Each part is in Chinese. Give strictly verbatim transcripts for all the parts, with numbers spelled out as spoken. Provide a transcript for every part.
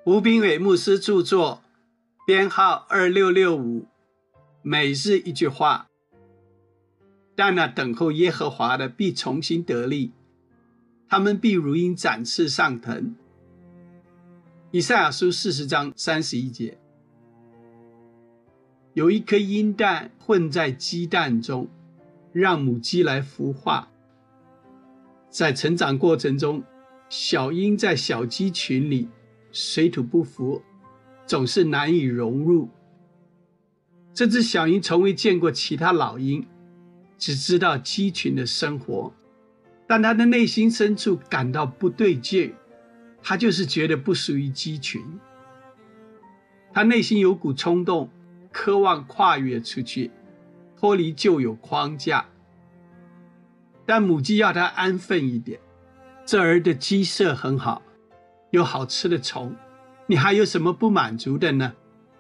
吴炳伟牧师著作，编号二六六五，每日一句话。但那等候耶和华的必重新得力，他们必如鹰展翅上腾。以赛亚书四十章三十一节。有一颗鹰蛋混在鸡蛋中，让母鸡来孵化。在成长过程中，小鹰在小鸡群里水土不服，总是难以融入。这只小鹰从未见过其他老鹰，只知道鸡群的生活，但它的内心深处感到不对劲，它就是觉得不属于鸡群。它内心有股冲动，渴望跨越出去，脱离旧有框架。但母鸡要它安分一点，这儿的鸡舍很好，有好吃的虫，你还有什么不满足的呢？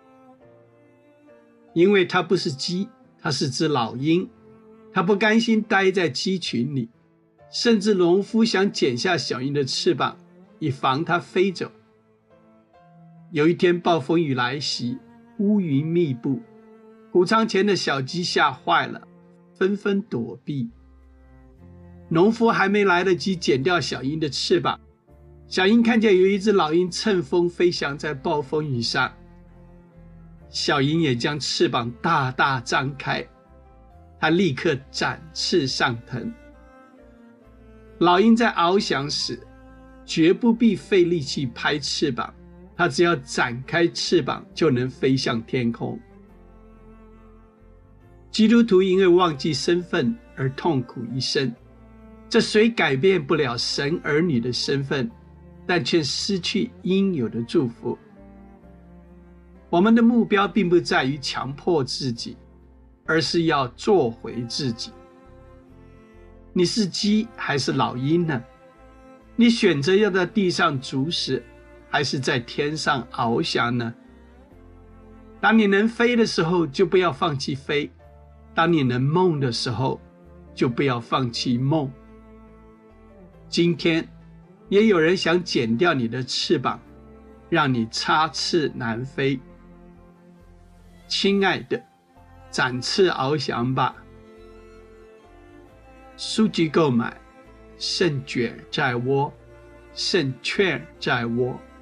因为它不是鸡，它是只老鹰，它不甘心待在鸡群里，甚至农夫想剪下小鹰的翅膀，以防它飞走。有一天暴风雨来袭，乌云密布，谷仓前的小鸡吓坏了，纷纷躲避。农夫还没来得及剪掉小鹰的翅膀，小鹰看见有一只老鹰乘风飞翔在暴风雨上，小鹰也将翅膀大大张开，它立刻展翅上腾。老鹰在翱翔时绝不必费力气拍翅膀，它只要展开翅膀就能飞向天空。基督徒因为忘记身份而痛苦一生，这虽改变不了神儿女的身份，但却失去应有的祝福。我们的目标并不在于强迫自己，而是要做回自己。你是鸡还是老鹰呢？你选择要在地上筑食，还是在天上翱翔呢？当你能飞的时候，就不要放弃飞；当你能梦的时候，就不要放弃梦。今天也有人想剪掉你的翅膀，让你插翅难飞。亲爱的，展翅翱翔吧。书籍购买，胜卷在握，胜券在握。